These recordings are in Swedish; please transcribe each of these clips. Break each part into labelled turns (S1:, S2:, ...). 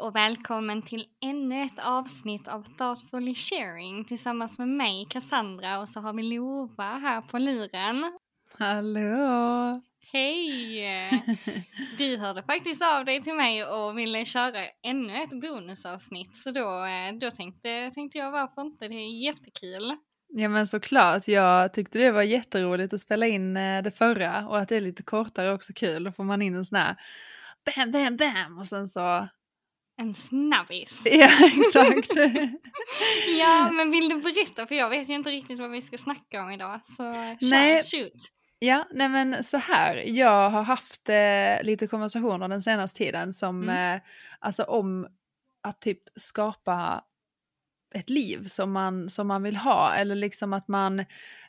S1: och välkommen till ännu ett avsnitt av Thoughtfully Sharing tillsammans med mig, Cassandra, och så har vi Lova här på luren.
S2: Hallå!
S1: Hej! Du hörde faktiskt av dig till mig och ville köra ännu ett bonusavsnitt, så då tänkte jag varför inte, det är jättekul.
S2: Ja men såklart, jag tyckte det var jätteroligt att spela in det förra och att det är lite kortare också kul. Då får man in en sån här bam, bam, bam och sen så...
S1: En snabbis.
S2: Ja, exakt.
S1: Ja, men vill du berätta? För jag vet ju inte riktigt vad vi ska snacka om idag. Så shoot.
S2: Ja, nej men så här. Jag har haft lite konversationer den senaste tiden som alltså om att typ skapa ett liv som man vill ha. Eller liksom att man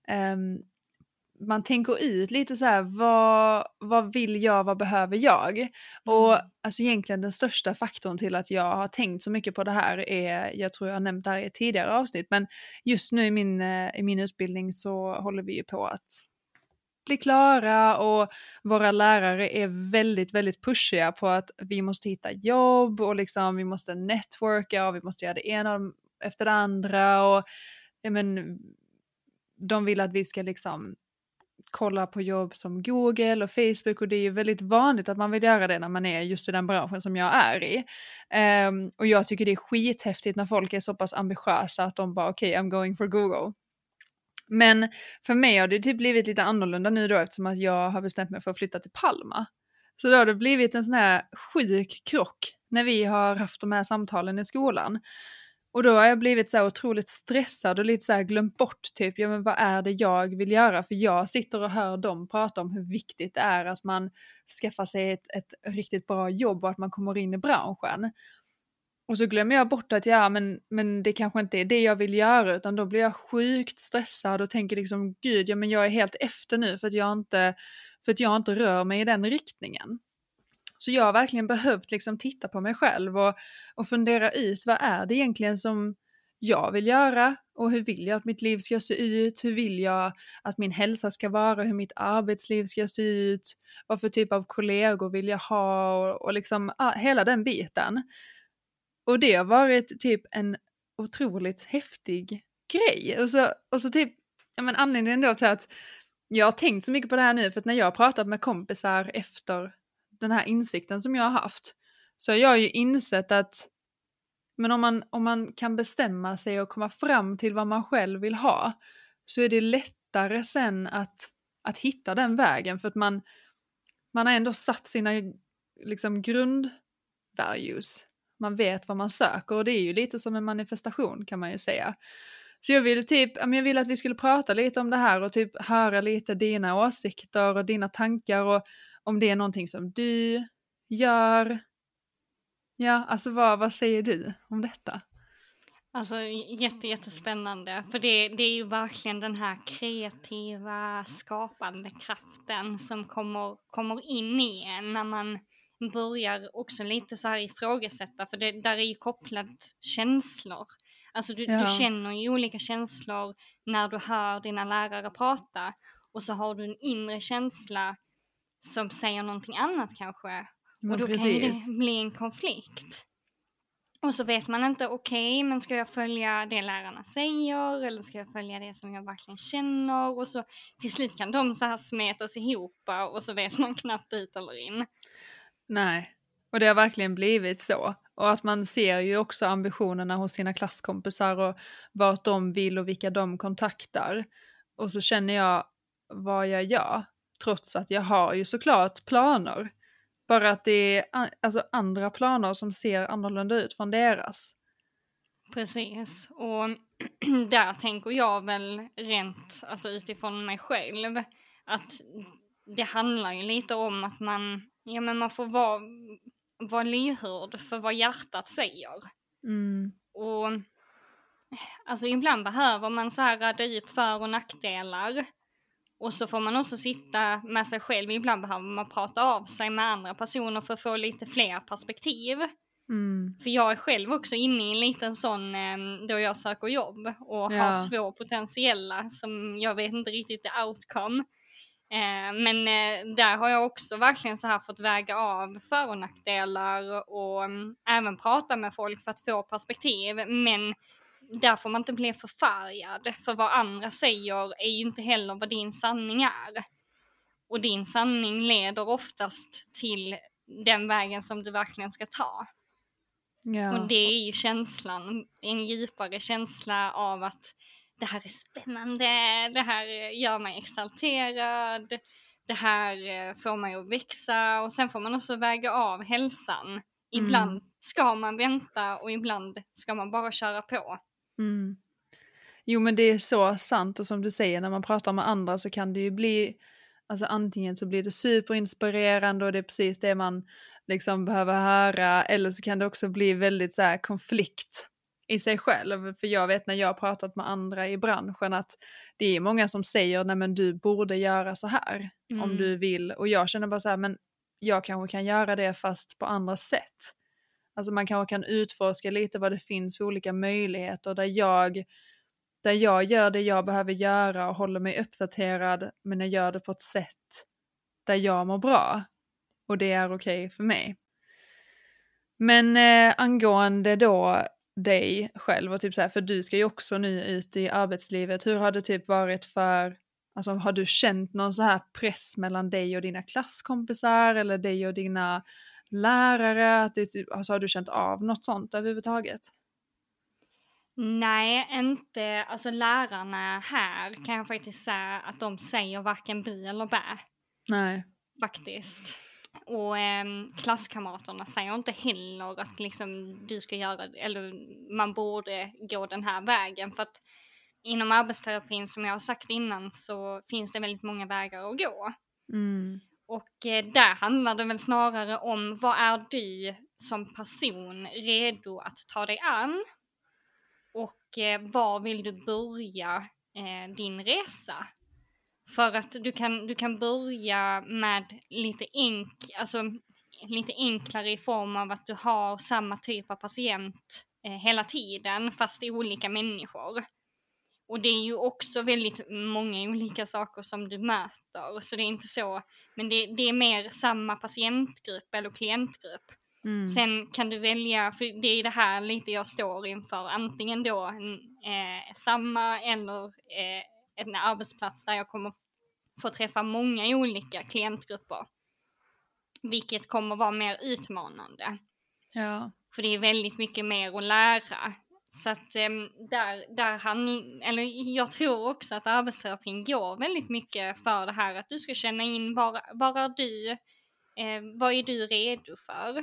S2: tänker ut lite så här, vad vill jag, vad behöver jag? Och alltså egentligen den största faktorn till att jag har tänkt så mycket på det här är, jag tror jag har nämnt det här i ett tidigare avsnitt, men just nu i min utbildning så håller vi ju på att bli klara och våra lärare är väldigt, väldigt pushiga på att vi måste hitta jobb och liksom vi måste networka och vi måste göra det ena efter det andra och men de vill att vi ska liksom kolla på jobb som Google och Facebook, och det är ju väldigt vanligt att man vill göra det när man är just i den branschen som jag är i. Och jag tycker det är skithäftigt när folk är så pass ambitiösa att de bara okej, I'm going for Google. Men för mig har det typ blivit lite annorlunda nu då, eftersom att jag har bestämt mig för att flytta till Palma. Så då har det blivit en sån här sjuk krock när vi har haft de här samtalen i skolan. Och då har jag blivit så otroligt stressad och lite så här glömt bort typ, ja men vad är det jag vill göra? För jag sitter och hör dem prata om hur viktigt det är att man skaffar sig ett riktigt bra jobb och att man kommer in i branschen. Och så glömmer jag bort att men det kanske inte är det jag vill göra, utan då blir jag sjukt stressad och tänker liksom gud, ja men jag är helt efter nu för att jag inte rör mig i den riktningen. Så jag har verkligen behövt liksom titta på mig själv och fundera ut vad är det egentligen som jag vill göra och hur vill jag att mitt liv ska se ut, hur vill jag att min hälsa ska vara, hur mitt arbetsliv ska se ut, vad för typ av kollegor vill jag ha och liksom hela den biten. Och det har varit typ en otroligt häftig grej. Och så typ, ja men anledningen då till att jag har tänkt så mycket på det här nu, för att när jag har pratat med kompisar efter den här insikten som jag har haft, så har jag ju insett att men om man kan bestämma sig och komma fram till vad man själv vill ha, så är det lättare sen att hitta den vägen, för att man har ändå satt sina liksom grundvalues. Man vet vad man söker, och det är ju lite som en manifestation kan man ju säga. Så jag vill att vi skulle prata lite om det här och typ höra lite dina åsikter och dina tankar, och om det är någonting som du gör. Ja, alltså vad säger du om detta?
S1: Alltså jättespännande, för det är ju verkligen den här kreativa skapande kraften som kommer in i en när man börjar också lite så här ifrågasätta, för det där är ju kopplat känslor. Alltså du känner ju olika känslor när du hör dina lärare prata, och så har du en inre känsla som säger någonting annat kanske.
S2: Men
S1: och då
S2: precis.
S1: kan ju det bli en konflikt. Och så vet man inte, okej, men ska jag följa det lärarna säger, eller ska jag följa det som jag verkligen känner? Och så till slut kan de så här smetas ihop, och så vet man knappt ut eller in.
S2: Nej, och det har verkligen blivit så. Och att man ser ju också ambitionerna hos sina klasskompisar och vart de vill och vilka de kontaktar. Och så känner jag, vad jag gör, trots att jag har ju såklart planer. Bara att det är alltså andra planer som ser annorlunda ut från deras.
S1: Precis, och där tänker jag väl rent alltså utifrån mig själv att det handlar ju lite om att man får vara lyhörd för vad hjärtat säger. Och alltså ibland behöver man så här rada upp för- och nackdelar. Och så får man också sitta med sig själv. Ibland behöver man prata av sig med andra personer för att få lite fler perspektiv. För jag är själv också inne i en liten sån då jag söker jobb och har 2 potentiella som jag vet inte riktigt the outcome. Men där har jag också verkligen så här fått väga av för- och nackdelar och även prata med folk för att få perspektiv. Men där får man inte bli förfärgad, för vad andra säger är ju inte heller vad din sanning är. Och din sanning leder oftast till den vägen som du verkligen ska ta.
S2: Ja.
S1: Och det är ju känslan, en djupare känsla av att det här är spännande, det här gör mig exalterad, det här får mig att växa, och sen får man också väga av hälsan. Ibland ska man vänta och ibland ska man bara köra på.
S2: Mm. Jo, men det är så sant, och som du säger, när man pratar med andra så kan det ju bli, alltså antingen så blir det superinspirerande och det är precis det man liksom behöver höra, eller så kan det också bli väldigt så här konflikt i sig själv. För jag vet när jag har pratat med andra i branschen att det är många som säger, nej men du borde göra så här om du vill, och jag känner bara så här, men jag kanske kan göra det fast på andra sätt. Alltså man kanske kan utforska lite vad det finns för olika möjligheter där jag gör det jag behöver göra och håller mig uppdaterad, men jag gör det på ett sätt där jag mår bra. Och det är okej för mig. Men angående då dig själv och typ så här, för du ska ju också nu ut i arbetslivet. Hur har det typ varit alltså har du känt någon så här press mellan dig och dina klasskompisar eller dig och dina lärare? Att det typ, alltså har du känt av något sånt överhuvudtaget?
S1: Nej, inte. Alltså lärarna här kan jag faktiskt säga att de säger varken bu eller bä.
S2: Nej.
S1: Faktiskt. Och klasskamraterna säger inte heller att liksom du ska göra, eller man borde gå den här vägen. För att inom arbetsterapin, som jag har sagt innan, så finns det väldigt många vägar att gå. Och där handlar det väl snarare om, vad är du som person redo att ta dig an? Och var vill du börja din resa? För att du kan börja med lite enklare i form av att du har samma typ av patient hela tiden, fast olika människor. Och det är ju också väldigt många olika saker som du möter, så det är inte så, men det är mer samma patientgrupp eller klientgrupp. Sen kan du välja, för det är det här lite jag står inför, antingen då samma eller en arbetsplats där jag kommer få träffa många olika klientgrupper, vilket kommer vara mer utmanande.
S2: Ja.
S1: För det är väldigt mycket mer att lära. Så att jag tror också att arbetsterapin går väldigt mycket för det här att du ska känna in vad är du redo för?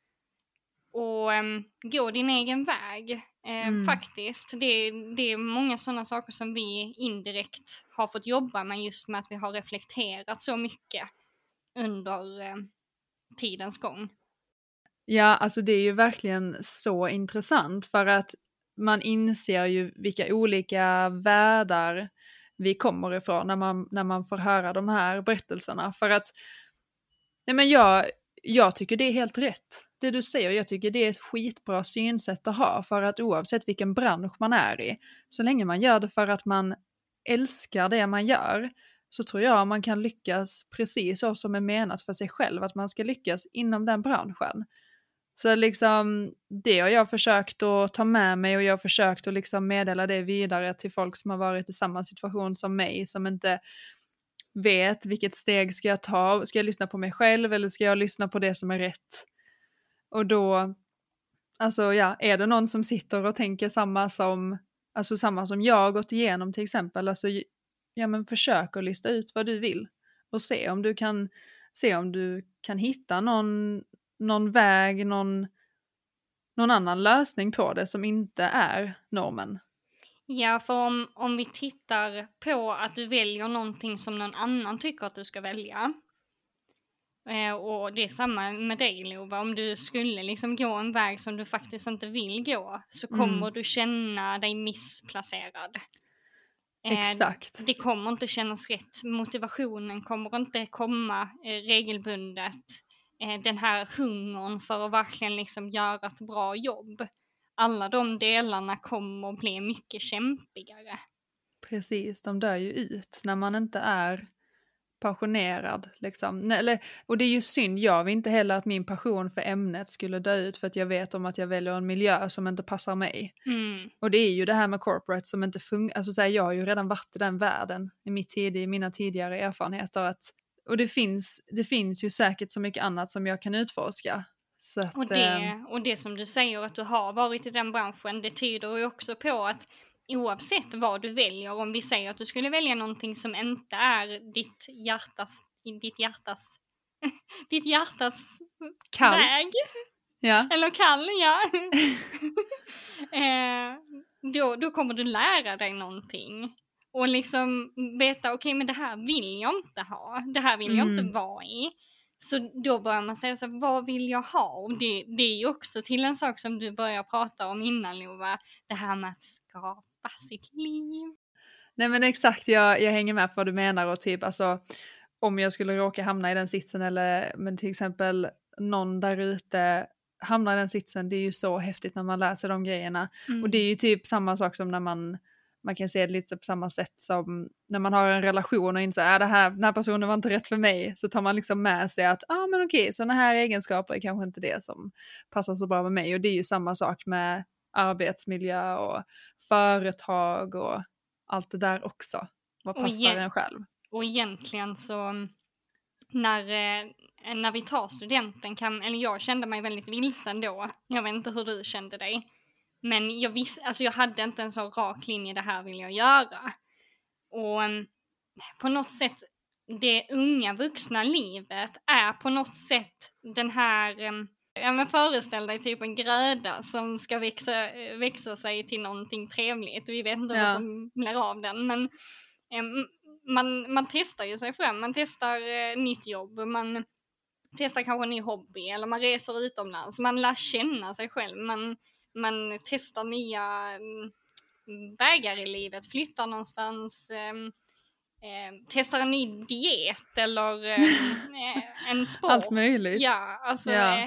S1: Och gå din egen väg. Faktiskt. Det är många sådana saker som vi indirekt har fått jobba med, just med att vi har reflekterat så mycket under tidens gång.
S2: Ja, alltså det är ju verkligen så intressant, för att man inser ju vilka olika världar vi kommer ifrån när man får höra de här berättelserna. För att nej men jag tycker det är helt rätt. Det du säger, jag tycker det är ett skitbra synsätt att ha, för att oavsett vilken bransch man är i, så länge man gör det för att man älskar det man gör, så tror jag man kan lyckas precis så som är menat för sig själv, att man ska lyckas inom den branschen. Så liksom det har jag försökt att ta med mig, och jag har försökt att liksom meddela det vidare till folk som har varit i samma situation som mig, som inte vet vilket steg ska jag ta. Ska jag lyssna på mig själv eller ska jag lyssna på det som är rätt? Och då, alltså ja, är det någon som sitter och tänker samma som jag har gått igenom till exempel, alltså ja, men försök att lista ut vad du vill och se om du kan hitta någon väg, någon annan lösning på det som inte är normen.
S1: Ja, för om vi tittar på att du väljer någonting som någon annan tycker att du ska välja, och det är samma med dig, Lova, om du skulle liksom gå en väg som du faktiskt inte vill gå, så kommer du känna dig missplacerad.
S2: Exakt.
S1: Det kommer inte kännas rätt, motivationen kommer inte komma regelbundet, den här hungern för att verkligen liksom göra ett bra jobb. Alla de delarna kommer att bli mycket kämpigare.
S2: Precis, de dör ju ut när man inte är passionerad liksom. Och det är ju synd, jag vill inte heller att min passion för ämnet skulle dö ut för att jag vet om att jag väljer en miljö som inte passar mig. Och det är ju det här med corporate som inte fungerar, alltså så här, jag har ju redan varit i den världen i mina tidigare erfarenheter och det finns ju säkert så mycket annat som jag kan utforska. Så att,
S1: och det som du säger att du har varit i den branschen, det tyder ju också på att oavsett vad du väljer, om vi säger att du skulle välja någonting som inte är ditt hjärtas
S2: kall.
S1: Väg.
S2: Ja.
S1: Eller kall, ja. Då kommer du lära dig någonting. Och liksom veta, okej, men det här vill jag inte ha. Det här vill jag inte vara i. Så då börjar man säga så, vad vill jag ha? Och det är ju också till en sak som du börjar prata om innan, Lova. Det här med att skapa sitt liv.
S2: Nej men exakt, jag hänger med på vad du menar och typ alltså om jag skulle råka hamna i den sitsen eller men till exempel någon där ute hamnar i den sitsen, det är ju så häftigt när man läser de grejerna. Och det är ju typ samma sak som när man kan se det lite på samma sätt som när man har en relation och inser att den här personen var inte rätt för mig, så tar man liksom med sig att men okej, sådana här egenskaper är kanske inte det som passar så bra med mig. Och det är ju samma sak med arbetsmiljö och företag och allt det där också. Vad passar en själv?
S1: Och egentligen så när vi tar studenten eller jag kände mig väldigt vilsen då. Jag vet inte hur du kände dig. Men jag hade inte en så rak linje, det här vill jag göra. Och på något sätt, det unga vuxna livet är på något sätt den här, men föreställ dig typ en gröda som ska växa sig till någonting trevligt. Vi vet inte vad som blir av den, men man testar ju sig fram, man testar nytt jobb, man testar kanske en ny hobby eller man reser utomlands, man lär känna sig själv, man testar nya vägar i livet, flyttar någonstans, testar en ny diet eller en sport.
S2: Allt möjligt.
S1: Ja, alltså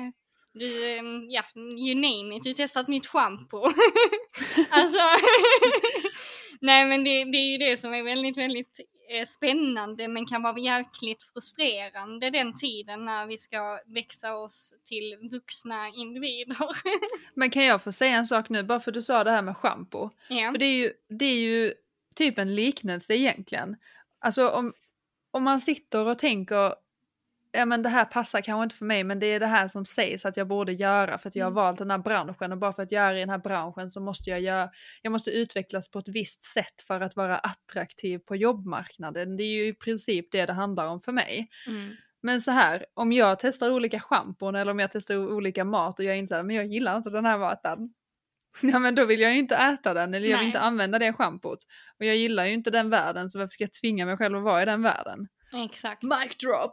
S1: you name it, du testar ett nytt shampoo. Alltså nej, men det är ju det som är väldigt, väldigt spännande, men kan vara jäkligt frustrerande den tiden när vi ska växa oss till vuxna individer.
S2: Men kan jag få säga en sak nu, bara för du sa det här med shampoo?
S1: Ja.
S2: För det är ju typ en liknelse egentligen. Alltså om man sitter och tänker, men det här passar kanske inte för mig, men det är det här som sägs att jag borde göra för att jag har valt den här branschen, och bara för att göra i den här branschen så måste jag måste utvecklas på ett visst sätt för att vara attraktiv på jobbmarknaden. Det är ju i princip det handlar om för mig. Men så här, om jag testar olika schampon eller om jag testar olika mat och jag inser men jag gillar inte den här maten, ja, men då vill jag ju inte äta den eller jag vill inte använda det schampot. Och jag gillar ju inte den världen, så varför ska jag tvinga mig själv att vara i den världen?
S1: Exakt.
S2: Mic drop!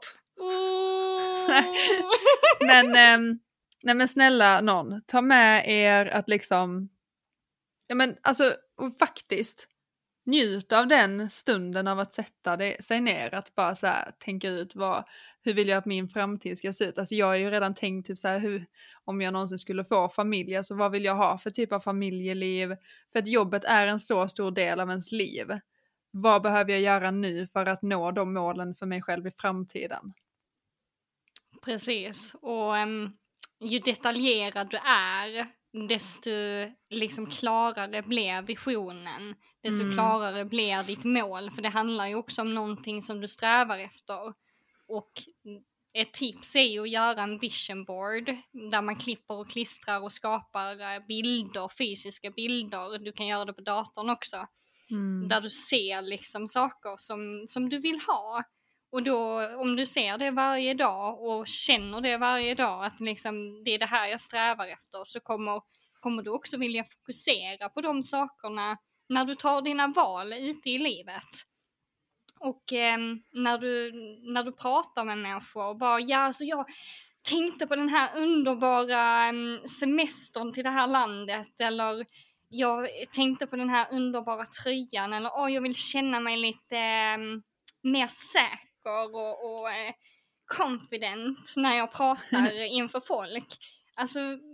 S2: Men snälla någon, ta med er att liksom, ja men alltså faktiskt njut av den stunden av att sätta sig ner, att bara så här, tänka ut hur vill jag att min framtid ska se ut. Alltså jag har ju redan tänkt typ så här, om jag någonsin skulle få familj, alltså vad vill jag ha för typ av familjeliv, för att jobbet är en så stor del av ens liv. Vad behöver jag göra nu för att nå de målen för mig själv i framtiden?
S1: Precis, och ju detaljerad du är, desto liksom klarare blir visionen, desto klarare blir ditt mål, för det handlar ju också om någonting som du strävar efter. Och ett tips är ju att göra en vision board där man klipper och klistrar och skapar bilder, fysiska bilder. Du kan göra det på datorn också, där du ser liksom saker som du vill ha. Och då, om du ser det varje dag och känner det varje dag, att liksom, det är det här jag strävar efter, så kommer du också vilja fokusera på de sakerna när du tar dina val ute i livet. Och när du pratar med människor och bara, alltså jag tänkte på den här underbara semestern till det här landet, eller jag tänkte på den här underbara tröjan, eller jag vill känna mig lite mer säker och confident när jag pratar inför folk. Alltså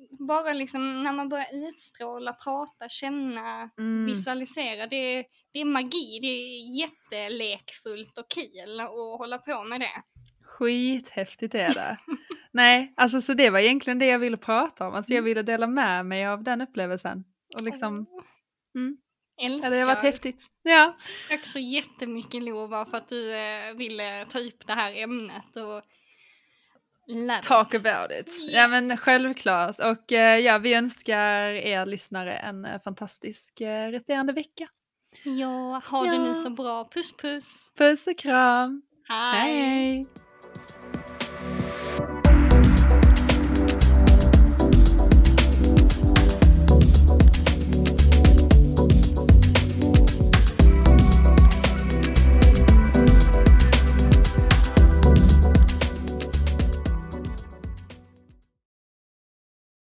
S1: bara liksom när man börjar utstråla, prata, känna, visualisera, det är magi, det är jättelekfullt och kul att hålla på med det.
S2: Skithäftigt är det. Nej, alltså så det var egentligen det jag ville prata om. Alltså jag ville dela med mig av den upplevelsen. Och liksom...
S1: Älskar.
S2: Det har varit häftigt. Ja.
S1: Tack så jättemycket Lova för att du ville ta upp det här ämnet och
S2: talk about it. Yeah. Ja men självklart. Och vi önskar er lyssnare en fantastisk resterande vecka.
S1: Ja, ha det nu så bra. Puss puss.
S2: Puss och kram.
S1: Hej.